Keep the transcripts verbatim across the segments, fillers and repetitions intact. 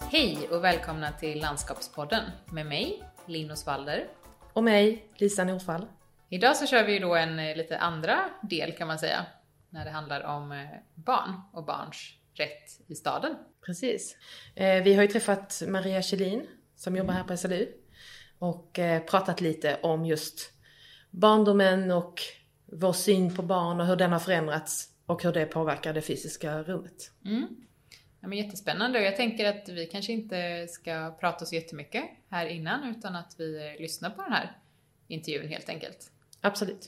Hej och välkomna till Landskapspodden med mig, Linn Osvalder. Och mig, Lisa Nordfall. Idag så kör vi då en lite andra del kan man säga. När det handlar om barn och barns rätt i staden. Precis. Vi har ju träffat Maria Kjellin som jobbar här på S L U. Och pratat lite om just barndomen och vår syn på barn och hur den har förändrats. Och hur det påverkar det fysiska rummet. Mm. Ja, men jättespännande. Och jag tänker att vi kanske inte ska prata så jättemycket här innan. Utan att vi lyssnar på den här intervjun helt enkelt. Absolut.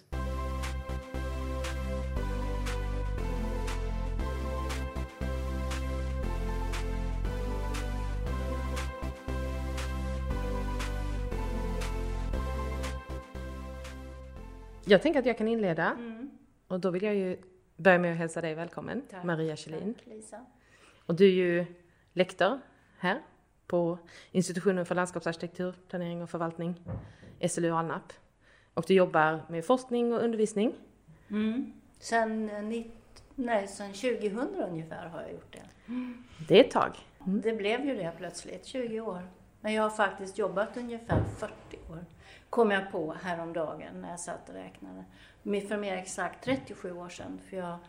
Jag tänker att jag kan inleda. Mm. Och då vill jag ju börja med att hälsa dig välkommen, tack, Maria Kjellin. Tack, Lisa. Och du är ju lektor här på Institutionen för landskapsarkitektur, planering och förvaltning, S L U Alnarp. Och du jobbar med forskning och undervisning. Mm. Sen, nej, sen tjugohundra ungefär har jag gjort det. Mm. Det är ett tag. Mm. Det blev ju det plötsligt, tjugo år. Men jag har faktiskt jobbat ungefär fyrtio år. Kom jag på häromdagen när jag satt och räknade. För mer exakt trettiosju år sedan. För jag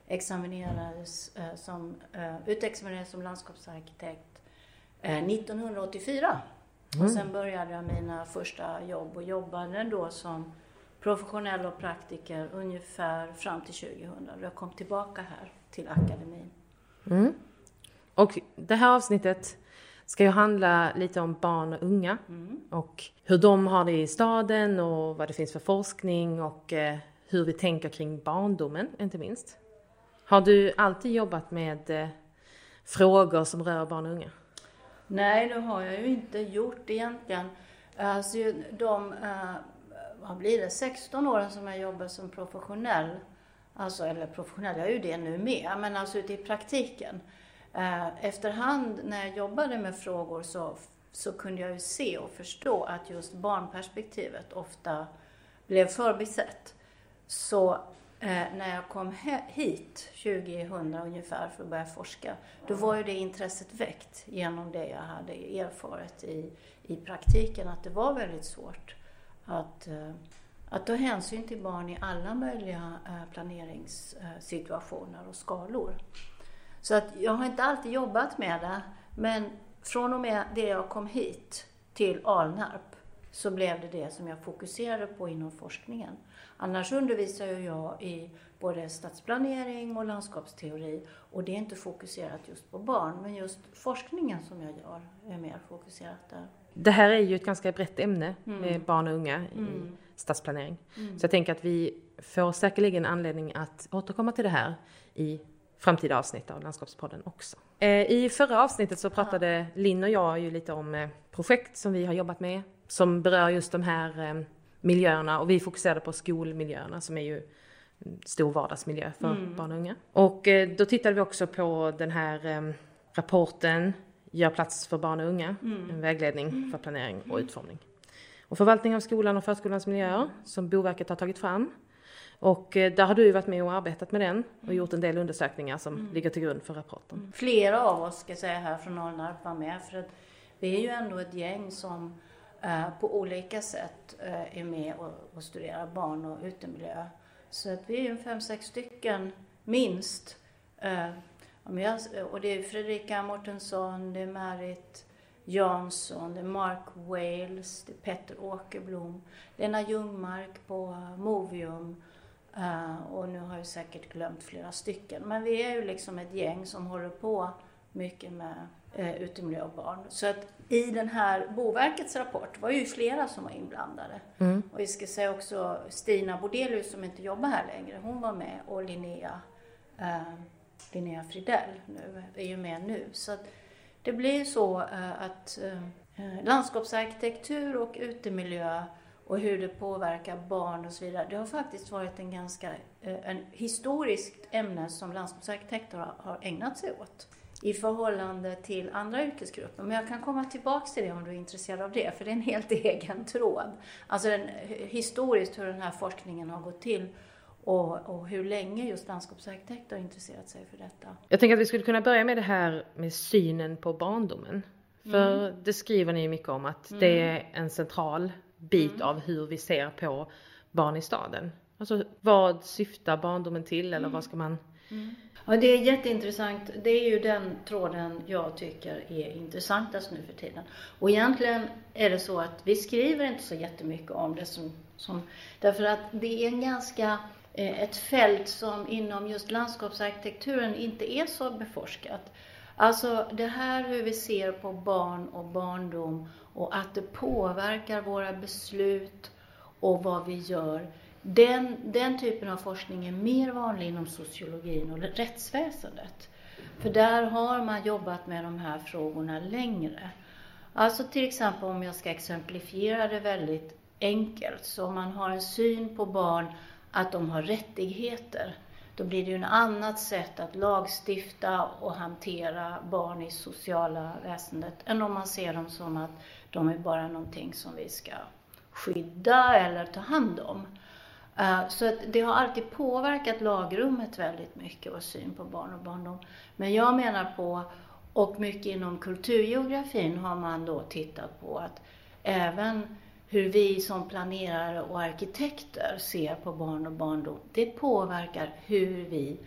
examinerades eh, som, eh, utexaminerades som landskapsarkitekt eh, nittonhundraåttiofyra. Mm. Och sen började jag mina första jobb och jobbade då som professionell och praktiker ungefär fram till tjugohundra. Jag kom tillbaka här till akademin. Mm. Och det här avsnittet ska ju handla lite om barn och unga. Mm. Och hur de har det i staden och vad det finns för forskning och eh, hur vi tänker kring barndomen, inte minst. Har du alltid jobbat med eh, frågor som rör barn och unga? Nej, det har jag ju inte gjort egentligen. Alltså, de, eh, vad blir det, sexton åren som jag jobbar som professionell. Alltså, eller professionell, jag är ju det nu med, men alltså ute i praktiken. Eh, efterhand när jag jobbade med frågor så, så kunde jag ju se och förstå att just barnperspektivet ofta blev förbisett. Så eh, när jag kom he- hit tjugohundra ungefär för att börja forska, då var ju det intresset väckt genom det jag hade erfarit i, i praktiken, att det var väldigt svårt att, eh, att ta hänsyn till barn i alla möjliga eh, planeringssituationer och skalor. Så att jag har inte alltid jobbat med det, men från och med det jag kom hit till Alnarp så blev det det som jag fokuserade på inom forskningen. Annars undervisar jag i både stadsplanering och landskapsteori, och det är inte fokuserat just på barn, men just forskningen som jag gör är mer fokuserat där. Det här är ju ett ganska brett ämne mm. med barn och unga i mm. stadsplanering. Mm. Så jag tänker att vi får säkerligen anledning att återkomma till det här i framtida avsnitt av Landskapspodden också. I förra avsnittet så pratade Aha. Linn och jag ju lite om projekt som vi har jobbat med som berör just de här miljöerna, och vi fokuserade på skolmiljöerna som är ju en stor vardagsmiljö för mm. barn och unga. Och då tittade vi också på den här rapporten Gör plats för barn och unga, mm. en vägledning mm. för planering och utformning. Och förvaltning av skolan och förskolans miljöer som Boverket har tagit fram. Och där har du ju varit med och arbetat med den och gjort en del undersökningar som mm. ligger till grund för rapporten. Mm. Flera av oss ska säga här från Alnarp var med, för att vi är ju ändå ett gäng som eh, på olika sätt eh, är med och, och studerar barn och utemiljö. Så att vi är ju fem, sex stycken minst. Eh, och det är Fredrika Mårtensson, det är Marit Jansson, det är Mark Wales, det är Petter Åkerblom, Lena Ljungmark på Movium. Uh, och nu har jag säkert glömt flera stycken. Men vi är ju liksom ett gäng som håller på mycket med uh, utemiljö och barn. Så att i den här Boverkets rapport var ju flera som var inblandade. Mm. Och vi ska säga också Stina Bordelius som inte jobbar här längre. Hon var med, och Linnea, uh, Linnea Fridell nu, är ju med nu. Så att det blir så uh, att uh, landskapsarkitektur och utemiljö och hur det påverkar barn och så vidare. Det har faktiskt varit en ganska en historiskt ämne som landskapsarkitekter har ägnat sig åt i förhållande till andra yrkesgrupper. Men jag kan komma tillbaka till det om du är intresserad av det, för det är en helt egen tråd. Alltså den, historiskt hur den här forskningen har gått till och, och hur länge just landskapsarkitekter har intresserat sig för detta. Jag tänker att vi skulle kunna börja med det här med synen på barndomen. För Mm. det skriver ni ju mycket om att Mm. det är en central bit Mm. av hur vi ser på barn i staden. Alltså vad syftar barndomen till eller vad ska man... Mm. Ja, det är jätteintressant. Det är ju den tråden jag tycker är intressantast nu för tiden. Och egentligen är det så att vi skriver inte så jättemycket om det som, som därför att det är en ganska eh, ett fält som inom just landskapsarkitekturen inte är så beforskat. Alltså det här hur vi ser på barn och barndom och att det påverkar våra beslut och vad vi gör. Den, den typen av forskning är mer vanlig inom sociologin och rättsväsendet. För där har man jobbat med de här frågorna längre. Alltså till exempel om jag ska exemplifiera det väldigt enkelt. Så om man har en syn på barn att de har rättigheter. Då blir det ju ett annat sätt att lagstifta och hantera barn i sociala väsendet. Än om man ser dem som att de är bara någonting som vi ska skydda eller ta hand om. Så att det har alltid påverkat lagrummet väldigt mycket och syn på barn och barndom. Men jag menar på, och mycket inom kulturgeografin har man då tittat på att även hur vi som planerare och arkitekter ser på barn och barndom, det påverkar hur vi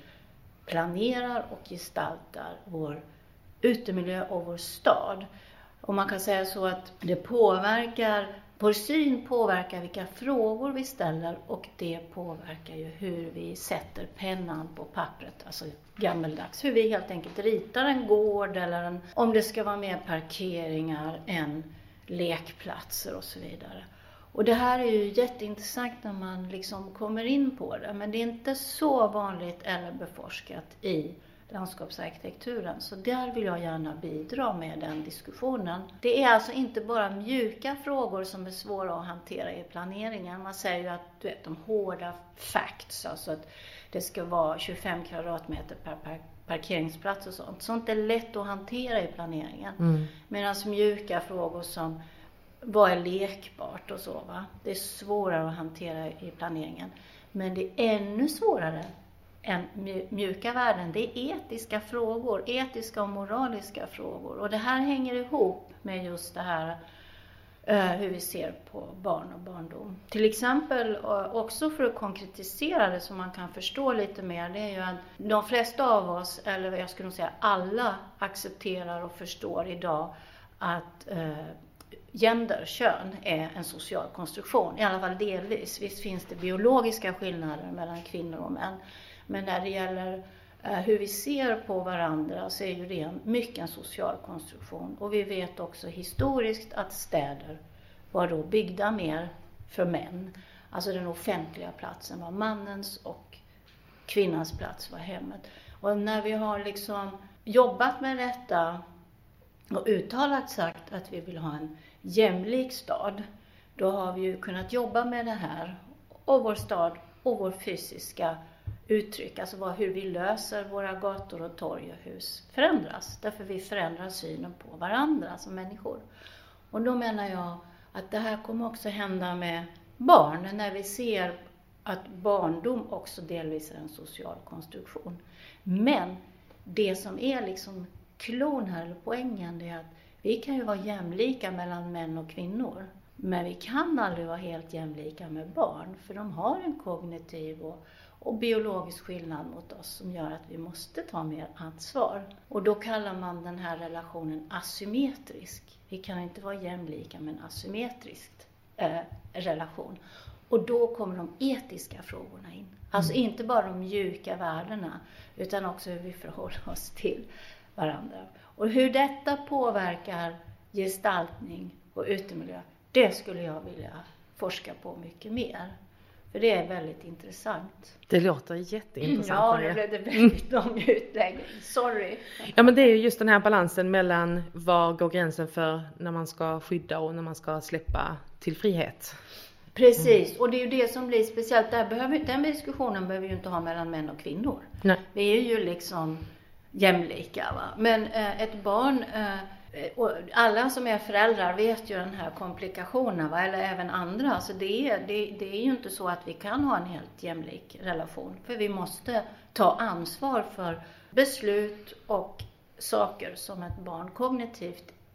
planerar och gestaltar vår utemiljö och vår stad. Och man kan säga så att det påverkar, vår syn påverkar vilka frågor vi ställer och det påverkar ju hur vi sätter pennan på pappret, alltså gammeldags. Hur vi helt enkelt ritar en gård eller en, om det ska vara mer parkeringar än lekplatser och så vidare. Och det här är ju jätteintressant när man liksom kommer in på det, men det är inte så vanligt eller beforskat i landskapsarkitekturen. Så där vill jag gärna bidra med den diskussionen. Det är alltså inte bara mjuka frågor som är svåra att hantera i planeringen. Man säger ju att du vet, de hårda facts, alltså att det ska vara tjugofem kvadratmeter per par- parkeringsplats och sånt. Sånt är lätt att hantera i planeringen. Mm. Medan mjuka frågor som vad är lekbart och så, va? Det är svårare att hantera i planeringen. Men det är ännu svårare än mjuka värden. Det är etiska frågor, etiska och moraliska frågor. Och det här hänger ihop med just det här uh, hur vi ser på barn och barndom. Till exempel, uh, också för att konkretisera det så man kan förstå lite mer, det är ju att de flesta av oss, eller jag skulle nog säga alla, accepterar och förstår idag att uh, gender, kön, är en social konstruktion. I alla fall delvis. Visst finns det biologiska skillnader mellan kvinnor och män. Men när det gäller uh, hur vi ser på varandra så är ju det mycket en social konstruktion. Och vi vet också historiskt att städer var då byggda mer för män. Alltså den offentliga platsen var mannens och kvinnans plats var hemmet. Och när vi har liksom jobbat med detta och uttalat sagt att vi vill ha en jämlik stad, då har vi ju kunnat jobba med det här och vår stad och vår fysiska uttryck, alltså vad, hur vi löser våra gator och torg och hus förändras. Därför vi förändrar synen på varandra som människor. Och då menar jag att det här kommer också hända med barn, när vi ser att barndom också delvis är en social konstruktion. Men det som är liksom klon här, eller poängen, det är att vi kan ju vara jämlika mellan män och kvinnor. Men vi kan aldrig vara helt jämlika med barn, för de har en kognitiv och och biologisk skillnad mot oss som gör att vi måste ta mer ansvar. Och då kallar man den här relationen asymmetrisk. Vi kan inte vara jämlika med en asymmetrisk eh, relation. Och då kommer de etiska frågorna in. Alltså mm. inte bara de mjuka värdena, utan också hur vi förhåller oss till varandra. Och hur detta påverkar gestaltning och utemiljö, det skulle jag vilja forska på mycket mer. För det är väldigt intressant. Det låter jätteintressant. Ja, det blev det väldigt lång utläggning. Sorry. Ja, men det är ju just den här balansen mellan var går gränsen för när man ska skydda och när man ska släppa till frihet. Precis, mm. och det är ju det som blir speciellt. Där behöver, den diskussionen behöver vi ju inte ha mellan män och kvinnor. Nej. Vi är ju liksom jämlika, va? Men eh, ett barn... Eh, Och alla som är föräldrar vet ju den här komplikationen, va? Eller även andra. Alltså det, är, det, det är ju inte så att vi kan ha en helt jämlik relation. För vi måste ta ansvar för beslut och saker som ett barn kognitivt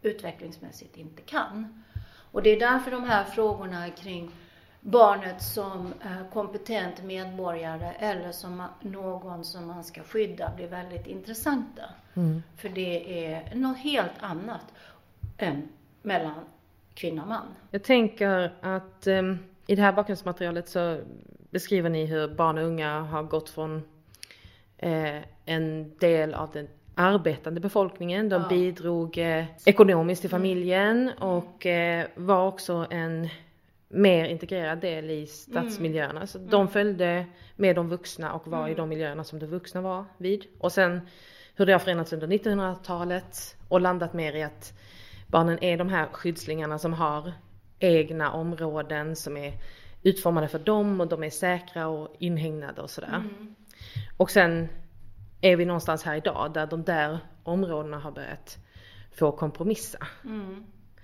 utvecklingsmässigt inte kan. Och det är därför de här frågorna kring barnet som kompetent medborgare eller som någon som man ska skydda blir väldigt intressanta. Mm. För det är något helt annat än mellan kvinna och man. Jag tänker att um, i det här bakgrundsmaterialet så beskriver ni hur barn och unga har gått från eh, en del av den arbetande befolkningen. De ja. bidrog eh, ekonomiskt i familjen mm. och eh, var också en mer integrerad del i stadsmiljöerna. Mm. Så de mm. följde med de vuxna och var mm. i de miljöerna som de vuxna var vid. Och sen hur det har förändrats under nittonhundratalet och landat mer i att barnen är de här skyddslingarna som har egna områden som är utformade för dem och de är säkra och inhägnade och sådär. Mm. Och sen är vi någonstans här idag där de där områdena har börjat få kompromissa. Mm.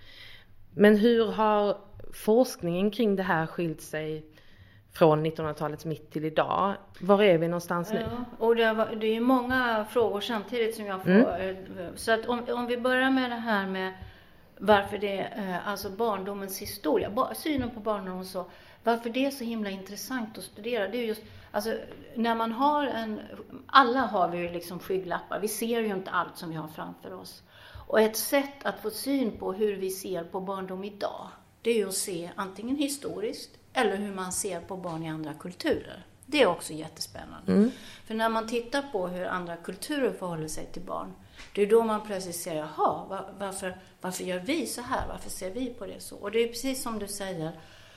Men hur har forskningen kring det här skilt sig från nittonhundratalets mitt till idag? Var är vi någonstans nu? Ja, och det, var, det är ju många frågor samtidigt som jag får. Mm. Så att om, om vi börjar med det här med varför det är alltså barndomens historia, synen på barndom och så. Varför det är så himla intressant att studera. Det är just, alltså, när man har en, alla har vi ju liksom skygglappar. Vi ser ju inte allt som vi har framför oss. Och ett sätt att få syn på hur vi ser på barndom idag, det är ju att se antingen historiskt eller hur man ser på barn i andra kulturer. Det är också jättespännande. Mm. För när man tittar på hur andra kulturer förhåller sig till barn, det är då man plötsligt säger, jaha, var, varför, varför gör vi så här? Varför ser vi på det så? Och det är precis som du säger,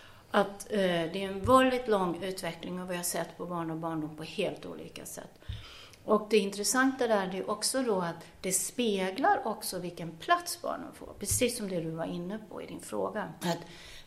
att eh, det är en väldigt lång utveckling och vi har sett på barn och barndom på helt olika sätt. Och det intressanta där är också då att det speglar också vilken plats barnen får. Precis som det du var inne på i din fråga. Att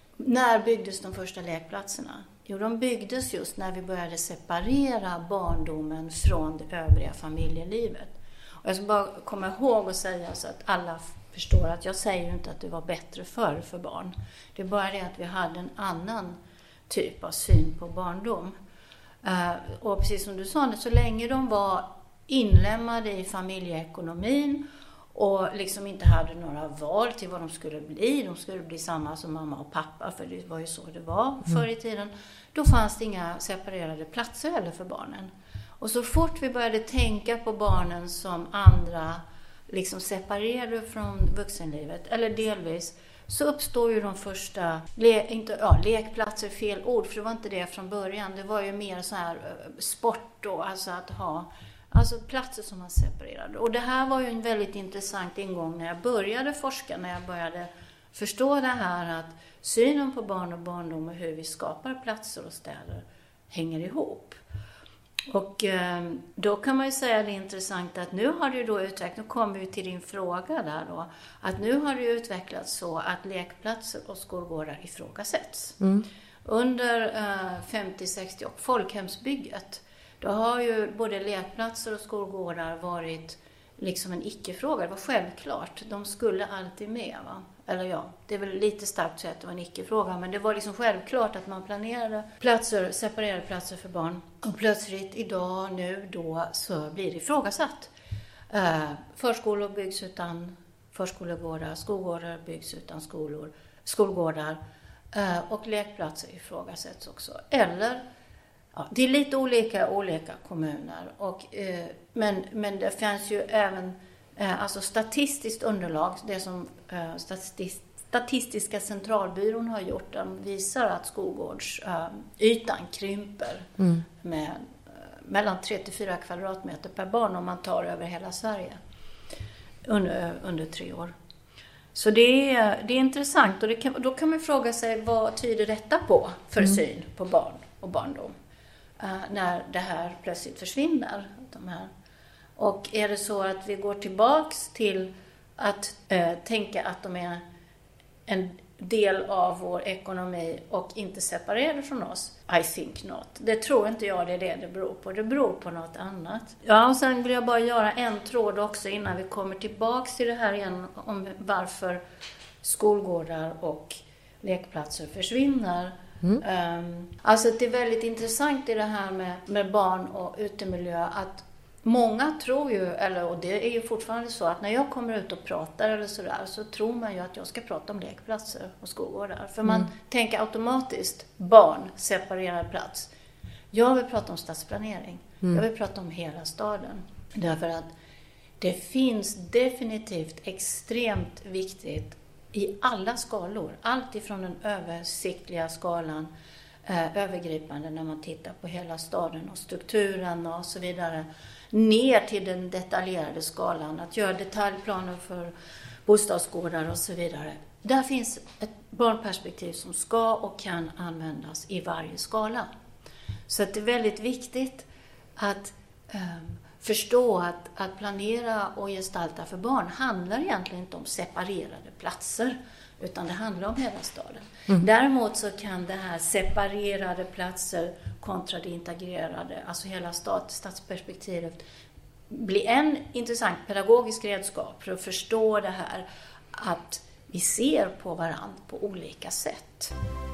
när byggdes de första lekplatserna? Jo, de byggdes just när vi började separera barndomen från det övriga familjelivet. Och jag ska bara komma ihåg och säga så att alla förstår att jag säger ju inte att det var bättre förr för barn. Det är bara det att vi hade en annan typ av syn på barndom. Uh, och precis som du sa, så länge de var inlämnade i familjeekonomin och liksom inte hade några val till vad de skulle bli. De skulle bli samma som mamma och pappa, för det var ju så det var mm. förr i tiden. Då fanns det inga separerade platser heller för barnen. Och så fort vi började tänka på barnen som andra, liksom separerade från vuxenlivet, eller delvis, så uppstår ju de första, le, inte, ja, lekplatser, fel ord, för det var inte det från början. Det var ju mer så här sport då, alltså att ha alltså platser som man separerade. Och det här var ju en väldigt intressant ingång när jag började forska, när jag började förstå det här att synen på barn och barndom och hur vi skapar platser och städer hänger ihop. Och eh, då kan man ju säga det är intressant att nu har det ju då utvecklats, nu kommer vi till din fråga där då, att nu har det utvecklats så att lekplatser och skolgårdar ifrågasätts. Mm. Under eh, femtio sextio och folkhemsbygget, då har ju både lekplatser och skolgårdar varit liksom en icke-fråga. Det var självklart, de skulle alltid med, va? Eller ja, det är väl lite starkt så att det var en icke-fråga, men det var liksom självklart att man planerade platser, separerade platser för barn. Och plötsligt idag, nu, då, så blir det ifrågasatt. Uh, förskolor byggs utan förskolegårdar, skolgårdar byggs utan skolor, skolgårdar uh, och lekplatser ifrågasätts också. Eller, ja, det är lite olika olika kommuner, och, uh, men, men det finns ju även alltså statistiskt underlag, det som eh, statist, Statistiska centralbyrån har gjort, de visar att skolgårdsytan eh, krymper mm. med eh, mellan tre till fyra kvadratmeter per barn om man tar över hela Sverige under, under tre år. Så det är, det är intressant, och det kan, då kan man fråga sig, vad tyder detta på för mm. syn på barn och barndom eh, när det här plötsligt försvinner, de här. Och är det så att vi går tillbaks till att eh, tänka att de är en del av vår ekonomi och inte separerade från oss? I think not. Det tror inte jag det är det det beror på. Det beror på något annat. Ja, och sen vill jag bara göra en tråd också innan vi kommer tillbaks till det här igen om varför skolgårdar och lekplatser försvinner. Mm. Um, alltså det är väldigt intressant i det här med, med barn och utemiljö att många tror ju, eller, och det är ju fortfarande så att när jag kommer ut och pratar eller sådär så tror man ju att jag ska prata om lekplatser och skolgårdar. För man mm. tänker automatiskt barn, separerad plats. Jag vill prata om stadsplanering. Mm. Jag vill prata om hela staden. Därför att det finns definitivt extremt viktigt i alla skalor. Allt ifrån den översiktliga skalan, eh, övergripande när man tittar på hela staden och strukturen och så vidare. Ner till den detaljerade skalan, att göra detaljplaner för bostadsgårdar och så vidare. Där finns ett barnperspektiv som ska och kan användas i varje skala. Så att det är väldigt viktigt att um, förstå att, att planera och gestalta för barn handlar egentligen inte om separerade platser, utan det handlar om hela staden. Mm. Däremot så kan det här separerade platser kontra det integrerade, alltså hela stat, stadsperspektivet, bli en intressant pedagogisk redskap för att förstå det här att vi ser på varandra på olika sätt.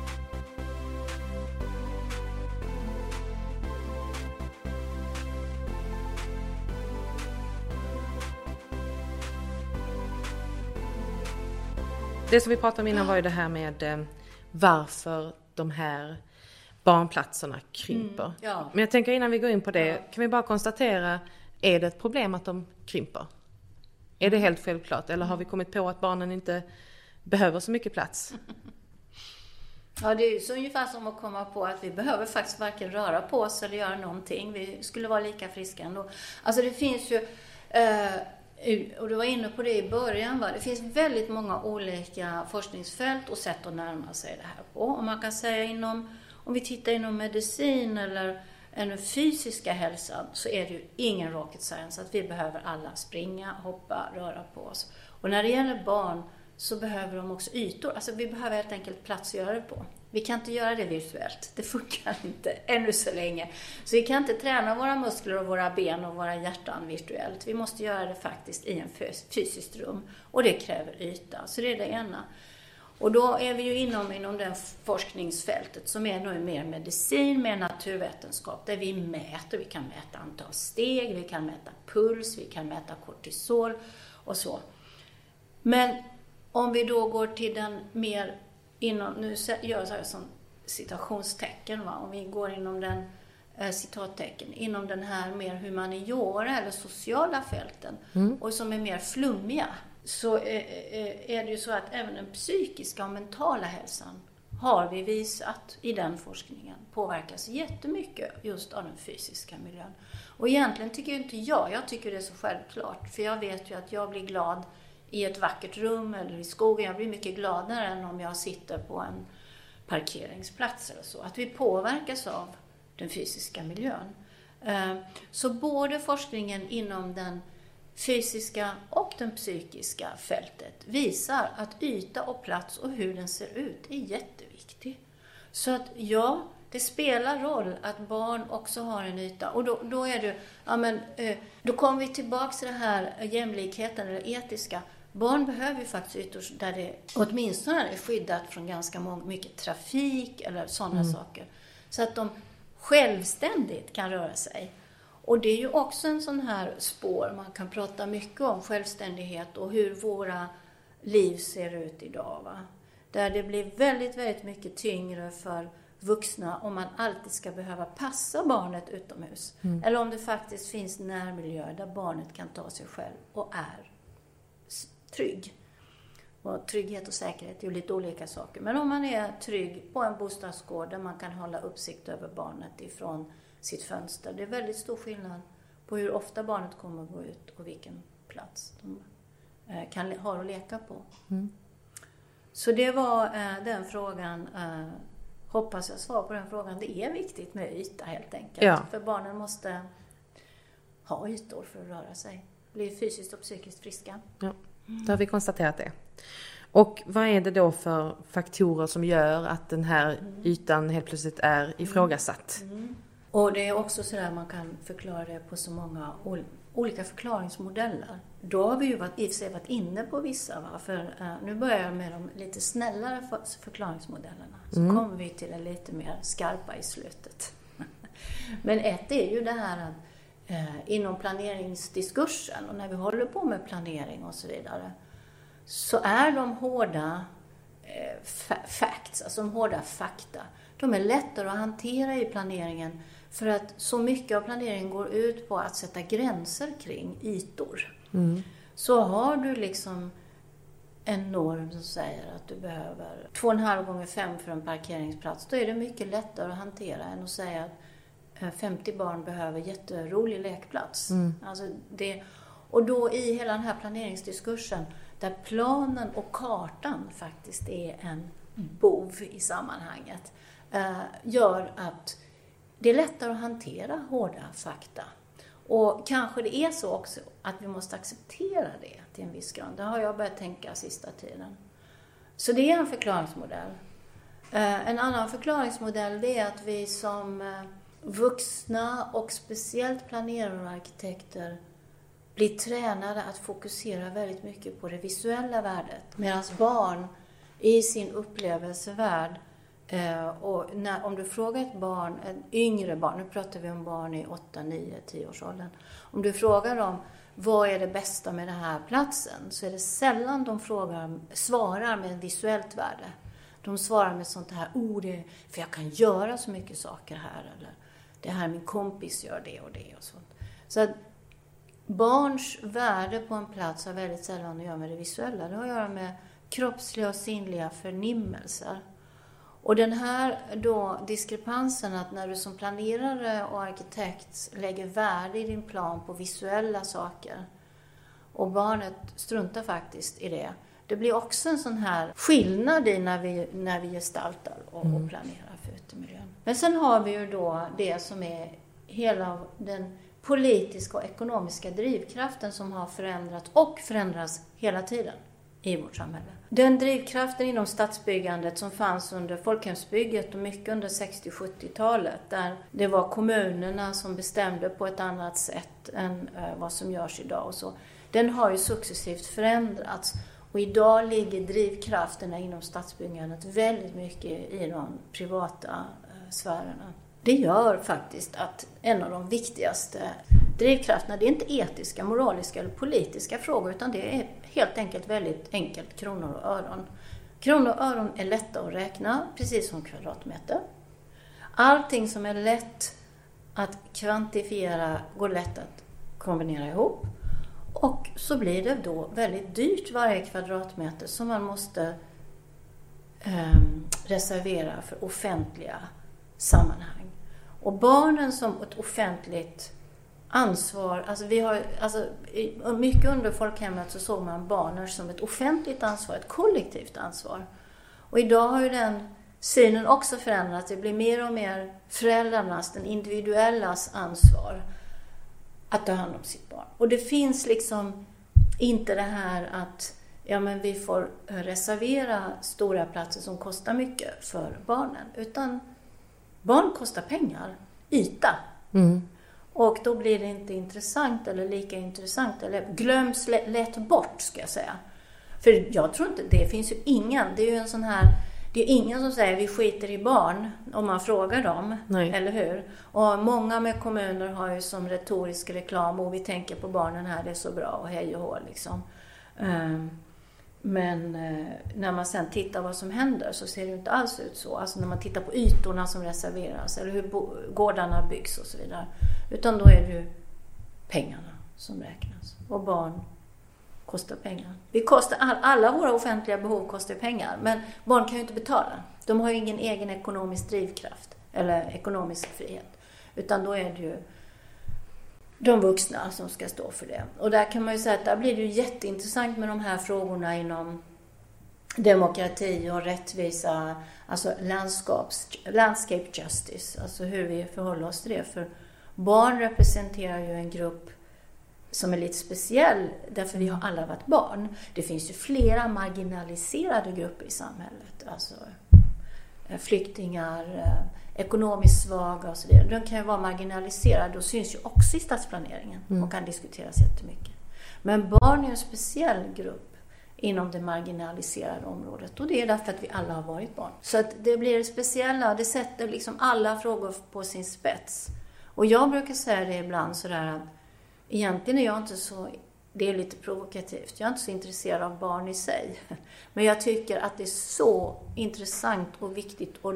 Det som vi pratade om innan var ju det här med eh, varför de här barnplatserna krymper. Mm, ja. Men jag tänker innan vi går in på det, ja. kan vi bara konstatera, är det ett problem att de krymper? Är det helt självklart? Eller har vi kommit på att barnen inte behöver så mycket plats? Ja, det är ju så ungefär som att komma på att vi behöver faktiskt varken röra på oss eller göra någonting. Vi skulle vara lika friska ändå. Alltså det finns ju... Eh, och du var inne på det i början, va? Det finns väldigt många olika forskningsfält och sätt att närma sig det här på. Och man kan säga inom, om vi tittar inom medicin eller den fysiska hälsan, så är det ju ingen rocket science att vi behöver alla springa, hoppa, röra på oss. Och när det gäller barn så behöver de också ytor. Alltså vi behöver helt enkelt plats att göra det på. Vi kan inte göra det virtuellt. Det funkar inte ännu så länge. Så vi kan inte träna våra muskler och våra ben och våra hjärtan virtuellt. Vi måste göra det faktiskt i en fysiskt rum. Och det kräver yta. Så det är det ena. Och då är vi ju inom, inom det forskningsfältet som är nog mer medicin, mer naturvetenskap. Där vi mäter. Vi kan mäta antal steg, vi kan mäta puls, vi kan mäta kortisol och så. Men om vi då går till den mer inom, nu gör jag som citationstecken, va? Om vi går inom den eh, citattecken, inom den här mer humaniora eller sociala fälten mm. och som är mer flummiga, så eh, är det ju så att även den psykiska och mentala hälsan har vi visat i den forskningen påverkas jättemycket just av den fysiska miljön. Och egentligen tycker inte jag, jag tycker det är så självklart, för jag vet ju att jag blir glad i ett vackert rum eller i skogen. Jag blir mycket gladare än om jag sitter på en parkeringsplats eller så. Att vi påverkas av den fysiska miljön. Så både forskningen inom den fysiska och den psykiska fältet visar att yta och plats och hur den ser ut är jätteviktig. Så att ja, det spelar roll att barn också har en yta. Och då, då är det, ja men, då kommer vi tillbaka till det här jämlikheten eller etiska. Barn behöver ju faktiskt ytor där det åtminstone är skyddat från ganska många, mycket trafik eller sådana mm. saker. Så att de självständigt kan röra sig. Och det är ju också en sån här spår man kan prata mycket om, självständighet och hur våra liv ser ut idag. Va? Där det blir väldigt, väldigt mycket tyngre för vuxna om man alltid ska behöva passa barnet utomhus. Mm. Eller om det faktiskt finns närmiljö där barnet kan ta sig själv och är trygg. Och trygghet och säkerhet är ju lite olika saker. Men om man är trygg på en bostadsgård där man kan hålla uppsikt över barnet ifrån sitt fönster. Det är väldigt stor skillnad på hur ofta barnet kommer att gå ut och vilken plats de kan ha att leka på. Mm. Så det var äh, den frågan. Äh, hoppas jag svar på den frågan. Det är viktigt med yta helt enkelt. Ja. För barnen måste ha ytor för att röra sig. Bli fysiskt och psykiskt friska. Ja. Då har vi konstaterat det. Och vad är det då för faktorer som gör att den här ytan helt plötsligt är ifrågasatt? Mm. Mm. Och det är också så där man kan förklara det på så många ol- olika förklaringsmodeller. Då har vi ju varit, i och för sig varit inne på vissa. Va? För uh, nu börjar jag med de lite snällare för- förklaringsmodellerna. Så mm. kommer vi till det lite mer skarpa i slutet. Men ett är ju det här att eh, inom planeringsdiskursen och när vi håller på med planering och så vidare, så är de hårda eh, fa- facts, alltså de hårda fakta, de är lättare att hantera i planeringen för att så mycket av planeringen går ut på att sätta gränser kring ytor. Mm. Så har du liksom en norm som säger att du behöver två och en halv gånger fem för en parkeringsplats, då är det mycket lättare att hantera än att säga att femtio barn behöver jätterolig lekplats. Mm. Alltså det, och då i hela den här planeringsdiskursen där planen och kartan faktiskt är en bov i sammanhanget, eh, gör att det är lättare att hantera hårda fakta. Och kanske det är så också att vi måste acceptera det till en viss grad. Det har jag börjat tänka sista tiden. Så det är en förklaringsmodell. Eh, en annan förklaringsmodell det är att vi som eh, vuxna och speciellt planerare och arkitekter blir tränade att fokusera väldigt mycket på det visuella värdet. Medan barn i sin upplevelsevärld, eh, och när, om du frågar ett barn, en yngre barn, nu pratar vi om barn i åtta, nio, tio års åldern. Om du frågar dem, vad är det bästa med den här platsen? Så är det sällan de frågar, svarar med ett visuellt värde. De svarar med sånt här, oh, det, för jag kan göra så mycket saker här. Eller det här, min kompis gör det och det och sånt. Så att barns värde på en plats har väldigt sällan att göra med det visuella. Det har att göra med kroppsliga och sinnliga förnimmelser. Och den här då diskrepansen att när du som planerare och arkitekt lägger värde i din plan på visuella saker och barnet struntar faktiskt i det. Det blir också en sån här skillnad i när vi, när vi gestaltar och, och planerar för utemiljön. Men sen har vi ju då det som är hela den politiska och ekonomiska drivkraften som har förändrats och förändras hela tiden i vårt samhälle. Den drivkraften inom stadsbyggandet som fanns under folkhemsbygget och mycket under sextio-sjuttiotalet, där det var kommunerna som bestämde på ett annat sätt än eh, vad som görs idag och så. Den har ju successivt förändrats och idag ligger drivkrafterna inom stadsbyggandet väldigt mycket i de privata eh, sfärerna. Det gör faktiskt att en av de viktigaste drivkrafterna, det är inte etiska, moraliska eller politiska frågor, utan det är helt enkelt väldigt enkelt kronor och öron. Kronor och öron är lätta att räkna, precis som kvadratmeter. Allting som är lätt att kvantifiera går lätt att kombinera ihop. Och så blir det då väldigt dyrt varje kvadratmeter som man måste eh, reservera för offentliga sammanhang. Och barnen som ett offentligt ansvar, alltså vi har, alltså mycket under folkhemmet så såg man barnen som ett offentligt ansvar, ett kollektivt ansvar. Och idag har ju den synen också förändrats. Det blir mer och mer föräldrarnas, den individuellas ansvar att ta hand om sitt barn. Och det finns liksom inte det här att ja, men vi får reservera stora platser som kostar mycket för barnen, utan barn kostar pengar, yta. Mm. Och då blir det inte intressant eller lika intressant eller glöms lätt bort, ska jag säga. För jag tror inte, det finns ju ingen, det är ju en sån här, det är ingen som säger vi skiter i barn om man frågar dem. Nej. Eller hur? Och många med kommuner har ju som retorisk reklam och vi tänker på barnen här, det är så bra och hej och hå liksom. Um, Men när man sen tittar vad som händer så ser det inte alls ut så. Alltså när man tittar på ytorna som reserveras eller hur gårdarna byggs och så vidare. Utan då är det ju pengarna som räknas. Och barn kostar pengar. Vi kostar, alla våra offentliga behov kostar pengar. Men barn kan ju inte betala. De har ju ingen egen ekonomisk drivkraft eller ekonomisk frihet. Utan då är det ju de vuxna som ska stå för det. Och där kan man ju säga att där blir det ju jätteintressant med de här frågorna inom demokrati och rättvisa, alltså landskaps, landscape justice, alltså hur vi förhåller oss till det. För barn representerar ju en grupp som är lite speciell, därför vi har alla varit barn. Det finns ju flera marginaliserade grupper i samhället, alltså flyktingar, ekonomiskt svaga och så vidare. De kan ju vara marginaliserade och syns ju också i stadsplaneringen mm. och kan diskuteras jättemycket. Men barn är en speciell grupp inom det marginaliserade området och det är därför att vi alla har varit barn. Så att det blir det speciella, det sätter liksom alla frågor på sin spets. Och jag brukar säga det ibland sådär att egentligen är jag inte så, det är lite provokativt, jag är inte så intresserad av barn i sig. Men jag tycker att det är så intressant och viktigt och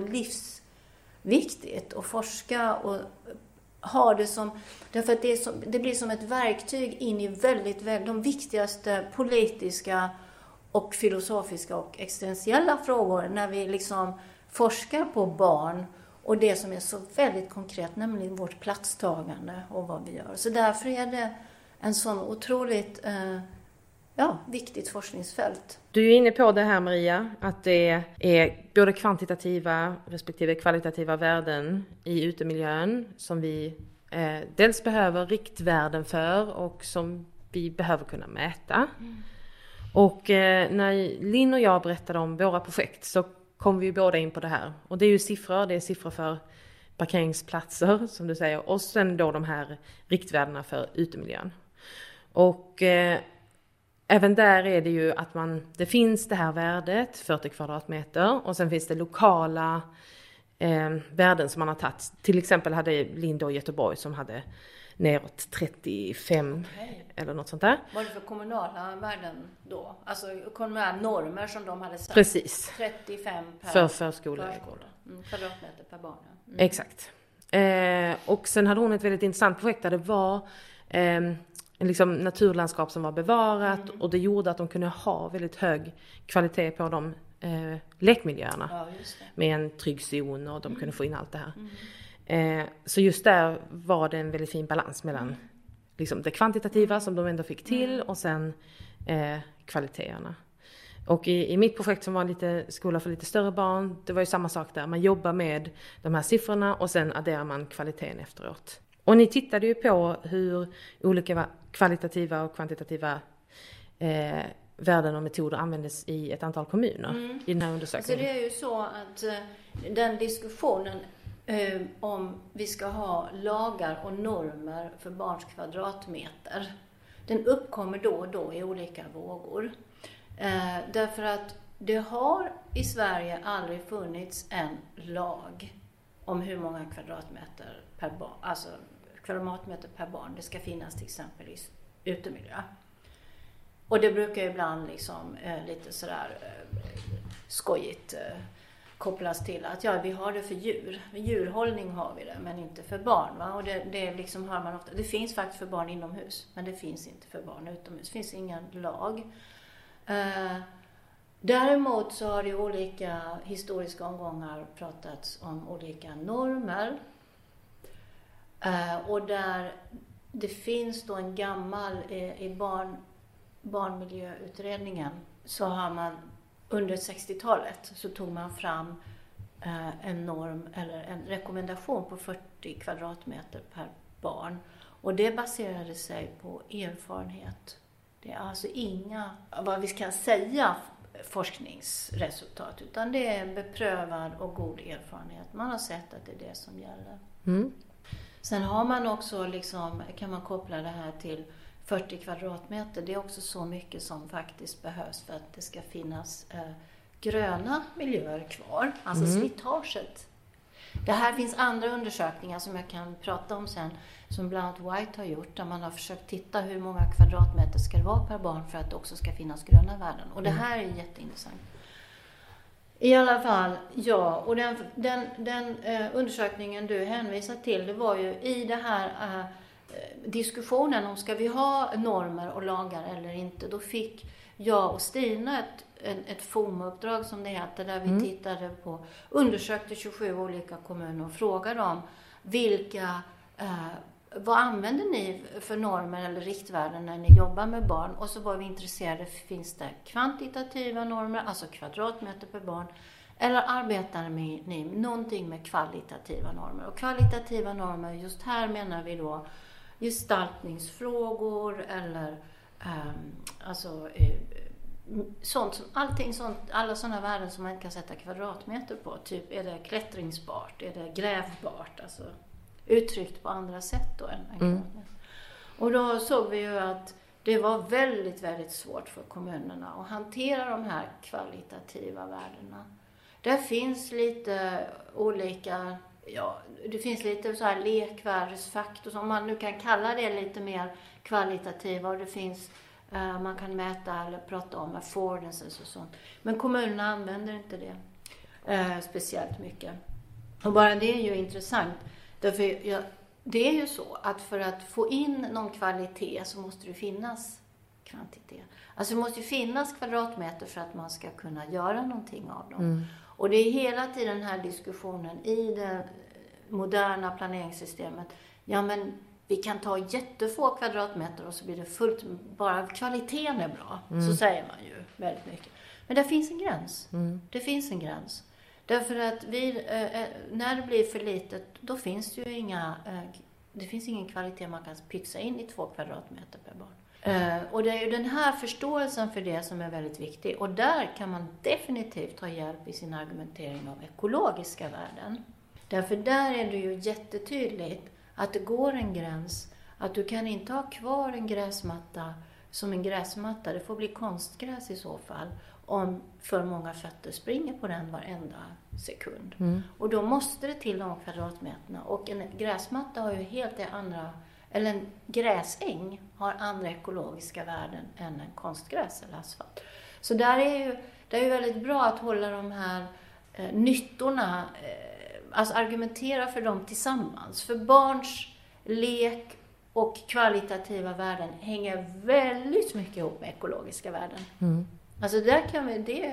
livsviktigt att forska och ha det som, därför att det, är som, det blir som ett verktyg in i väldigt, väldigt, de viktigaste politiska och filosofiska och existentiella frågor när vi liksom forskar på barn och det som är så väldigt konkret, nämligen vårt platstagande och vad vi gör. Så därför är det en sån otroligt eh, ja, viktigt forskningsfält. Du är inne på det här, Maria, att det är både kvantitativa respektive kvalitativa värden i utemiljön som vi eh, dels behöver riktvärden för och som vi behöver kunna mäta. Mm. Och eh, när Linn och jag berättade om våra projekt så kom vi båda in på det här. Och det är ju siffror, det är siffror för parkeringsplatser som du säger och sen då de här riktvärdena för utemiljön. Och eh, även där är det ju att man, det finns det här värdet, fyrtio kvadratmeter, och sen finns det lokala eh, värden som man har tagit. Till exempel hade Linn och Göteborg som hade neråt trettiofem okay. eller något sånt där. Var det för kommunala värden då? Alltså kommunala normer som de hade satt? Precis. trettiofem per för förskola. Mm, kvadratmeter per barn. Mm. Exakt. Eh, och sen hade hon ett väldigt intressant projekt där det var eh, en liksom naturlandskap som var bevarat mm. och det gjorde att de kunde ha väldigt hög kvalitet på de eh, lekmiljöerna. Ja, just det. Med en trygg zon och de mm. kunde få in allt det här. Mm. Eh, så just där var det en väldigt fin balans mellan mm. liksom det kvantitativa som de ändå fick till mm. och sen eh, kvaliteterna. Och i, i mitt projekt som var lite skola för lite större barn, det var ju samma sak där. Man jobbar med de här siffrorna och sen adderar man kvaliteten efteråt. Och ni tittade ju på hur olika kvalitativa och kvantitativa eh, värden och metoder användes i ett antal kommuner mm. i den här undersökningen. Så det är ju så att eh, den diskussionen eh, om vi ska ha lagar och normer för barns kvadratmeter, den uppkommer då och då i olika vågor. Eh, därför att det har i Sverige aldrig funnits en lag om hur många kvadratmeter per barn, alltså kvadratmeter per barn det ska finnas till exempel i utemiljö. Och det brukar ibland liksom eh, lite sådär eh, skojigt eh, kopplas till att ja, vi har det för djur. Djurhållning har vi det, men inte för barn. Va? Och det, det liksom har man ofta. Det finns faktiskt för barn inomhus, men det finns inte för barn utomhus. Det finns ingen lag. Eh, däremot så har det i olika historiska omgångar pratats om olika normer. Eh, och där det finns då en gammal eh, i barn, barnmiljöutredningen så har man under sextiotalet så tog man fram eh, en norm eller en rekommendation på fyrtio kvadratmeter per barn. Och det baserade sig på erfarenhet. Det är alltså inga, vad vi kan säga, forskningsresultat, utan det är beprövad och god erfarenhet. Man har sett att det är det som gäller. Mm. Sen har man också liksom, kan man koppla det här till fyrtio kvadratmeter. Det är också så mycket som faktiskt behövs för att det ska finnas eh, gröna miljöer kvar. Alltså mm. slitaget. Det här finns andra undersökningar som jag kan prata om sen. Som bland annat White har gjort. Där man har försökt titta hur många kvadratmeter ska det vara per barn för att det också ska finnas gröna värden. Och det här är jätteintressant. I alla fall, ja. Och den, den, den eh, undersökningen du hänvisar till, det var ju i det här eh, diskussionen om ska vi ha normer och lagar eller inte. Då fick jag och Stina ett, ett F O M-uppdrag som det heter, där vi mm. tittade på, undersökte tjugosju olika kommuner och frågade dem vilka, eh, vad använder ni för normer eller riktvärden när ni jobbar med barn? Och så var vi intresserade, finns det kvantitativa normer, alltså kvadratmeter per barn, eller arbetar ni med någonting med kvalitativa normer? Och kvalitativa normer, just här menar vi då gestaltningsfrågor eller um, alltså uh, sånt som, allting sånt, alla sådana värden som man inte kan sätta kvadratmeter på. Typ är det klättringsbart, är det grävbart, alltså uttryckt på andra sätt då än en kvadratmeter. Mm. Och då såg vi ju att det var väldigt, väldigt svårt för kommunerna att hantera de här kvalitativa värdena. Det finns lite olika ja, det finns lite så här lekvärdsfaktor som man nu kan kalla det lite mer kvalitativa, och det finns uh, man kan mäta eller prata om affordances och sånt. Men kommunerna använder inte det uh, speciellt mycket. Och bara det är ju intressant. Därför jag, det är ju så att för att få in någon kvalitet så måste det finnas kvantitet. Alltså det måste ju finnas kvadratmeter för att man ska kunna göra någonting av dem. Mm. Och det är hela tiden den här diskussionen i det moderna planeringssystemet. Ja, men vi kan ta jättefå kvadratmeter och så blir det fullt, bara kvaliteten är bra. Mm. Så säger man ju väldigt mycket. Men det finns en gräns. Mm. Det finns en gräns. Därför att vi, eh, när det blir för litet, då finns det ju inga, eh, det finns ingen kvalitet man kan pytsa in i två kvadratmeter per barn. Uh, och det är ju den här förståelsen för det som är väldigt viktig. Och där kan man definitivt ta hjälp i sin argumentering av ekologiska värden. Därför där är det ju jättetydligt att det går en gräns. Att du kan inte ha kvar en gräsmatta som en gräsmatta. Det får bli konstgräs i så fall. Om för många fötter springer på den varenda sekund. Mm. Och då måste det till de kvadratmeterna. Och en gräsmatta har ju helt andra... Eller en gräsäng har andra ekologiska värden än en konstgräs eller asfalt. Så där är ju, det är ju väldigt bra att hålla de här eh, nyttorna, eh, alltså argumentera för dem tillsammans. För barns lek och kvalitativa värden hänger väldigt mycket ihop med ekologiska värden. Mm. Alltså där kan vi, det,